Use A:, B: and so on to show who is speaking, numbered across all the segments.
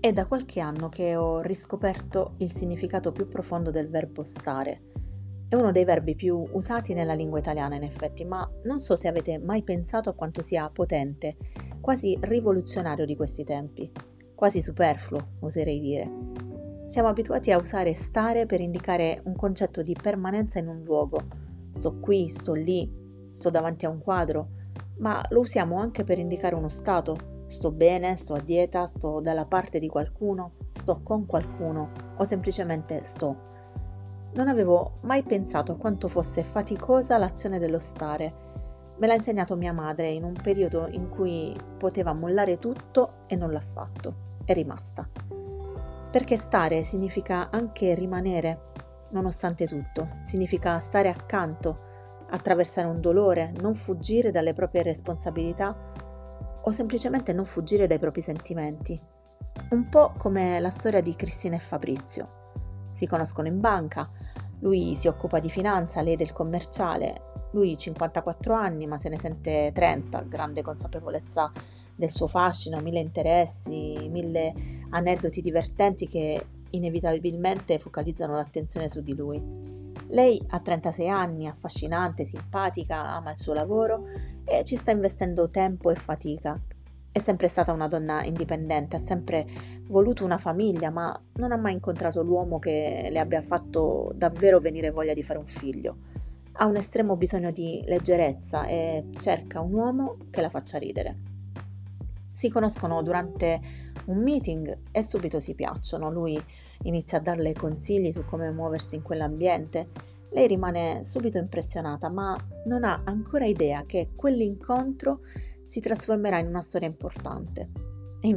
A: È da qualche anno che ho riscoperto il significato più profondo del verbo stare. È uno dei verbi più usati nella lingua italiana, in effetti, ma non so se avete mai pensato a quanto sia potente, quasi rivoluzionario di questi tempi, quasi superfluo, oserei dire. Siamo abituati a usare stare per indicare un concetto di permanenza in un luogo. Sto qui, sto lì, sto davanti a un quadro, ma lo usiamo anche per indicare uno stato. Sto bene, sto a dieta, sto dalla parte di qualcuno, sto con qualcuno o semplicemente sto. Non avevo mai pensato a quanto fosse faticosa l'azione dello stare. Me l'ha insegnato mia madre in un periodo in cui poteva mollare tutto e non l'ha fatto. È rimasta. Perché stare significa anche rimanere, nonostante tutto. Significa stare accanto, attraversare un dolore, non fuggire dalle proprie responsabilità o semplicemente non fuggire dai propri sentimenti. Un po' come la storia di Cristina e Fabrizio. Si conoscono in banca, lui si occupa di finanza, lei del commerciale, lui 54 anni ma se ne sente 30, grande consapevolezza del suo fascino, 1000 interessi, 1000 aneddoti divertenti che inevitabilmente focalizzano l'attenzione su di lui. Lei ha 36 anni, affascinante, simpatica, ama il suo lavoro e ci sta investendo tempo e fatica. È sempre stata una donna indipendente, ha sempre voluto una famiglia, ma non ha mai incontrato l'uomo che le abbia fatto davvero venire voglia di fare un figlio. Ha un estremo bisogno di leggerezza e cerca un uomo che la faccia ridere. Si conoscono durante un meeting e subito si piacciono. Lui inizia a darle consigli su come muoversi in quell'ambiente. Lei rimane subito impressionata, ma non ha ancora idea che quell'incontro si trasformerà in una storia importante. E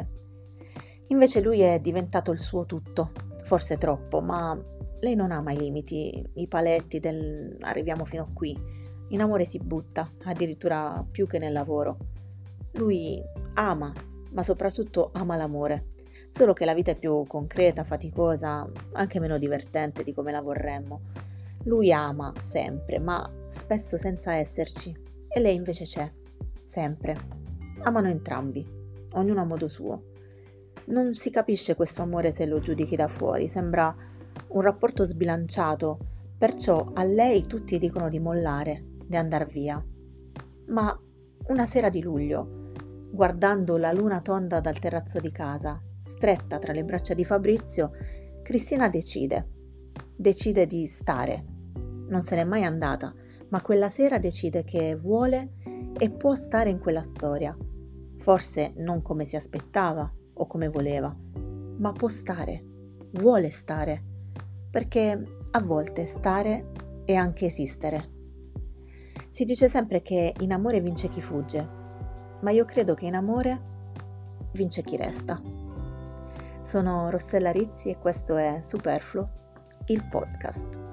A: invece lui è diventato il suo tutto, forse troppo, ma lei non ama i limiti, i paletti del arriviamo fino a qui. In amore si butta, addirittura più che nel lavoro. Lui ama, ma soprattutto ama l'amore, solo che la vita è più concreta, faticosa, anche meno divertente di come la vorremmo. Lui ama sempre, ma spesso senza esserci, e lei invece c'è, sempre. Amano entrambi, ognuno a modo suo. Non si capisce questo amore se lo giudichi da fuori, sembra un rapporto sbilanciato, perciò a lei tutti dicono di mollare, di andar via. Ma una sera di luglio, guardando la luna tonda dal terrazzo di casa, stretta tra le braccia di Fabrizio, Cristina decide di stare. Non se n'è mai andata, ma quella sera decide che vuole e può stare in quella storia. Forse non come si aspettava o come voleva, ma può stare, vuole stare, perché a volte stare è anche esistere. Si dice sempre che in amore vince chi fugge, ma io credo che in amore vince chi resta. Sono Rossella Rizzi e questo è Superfluo, il podcast.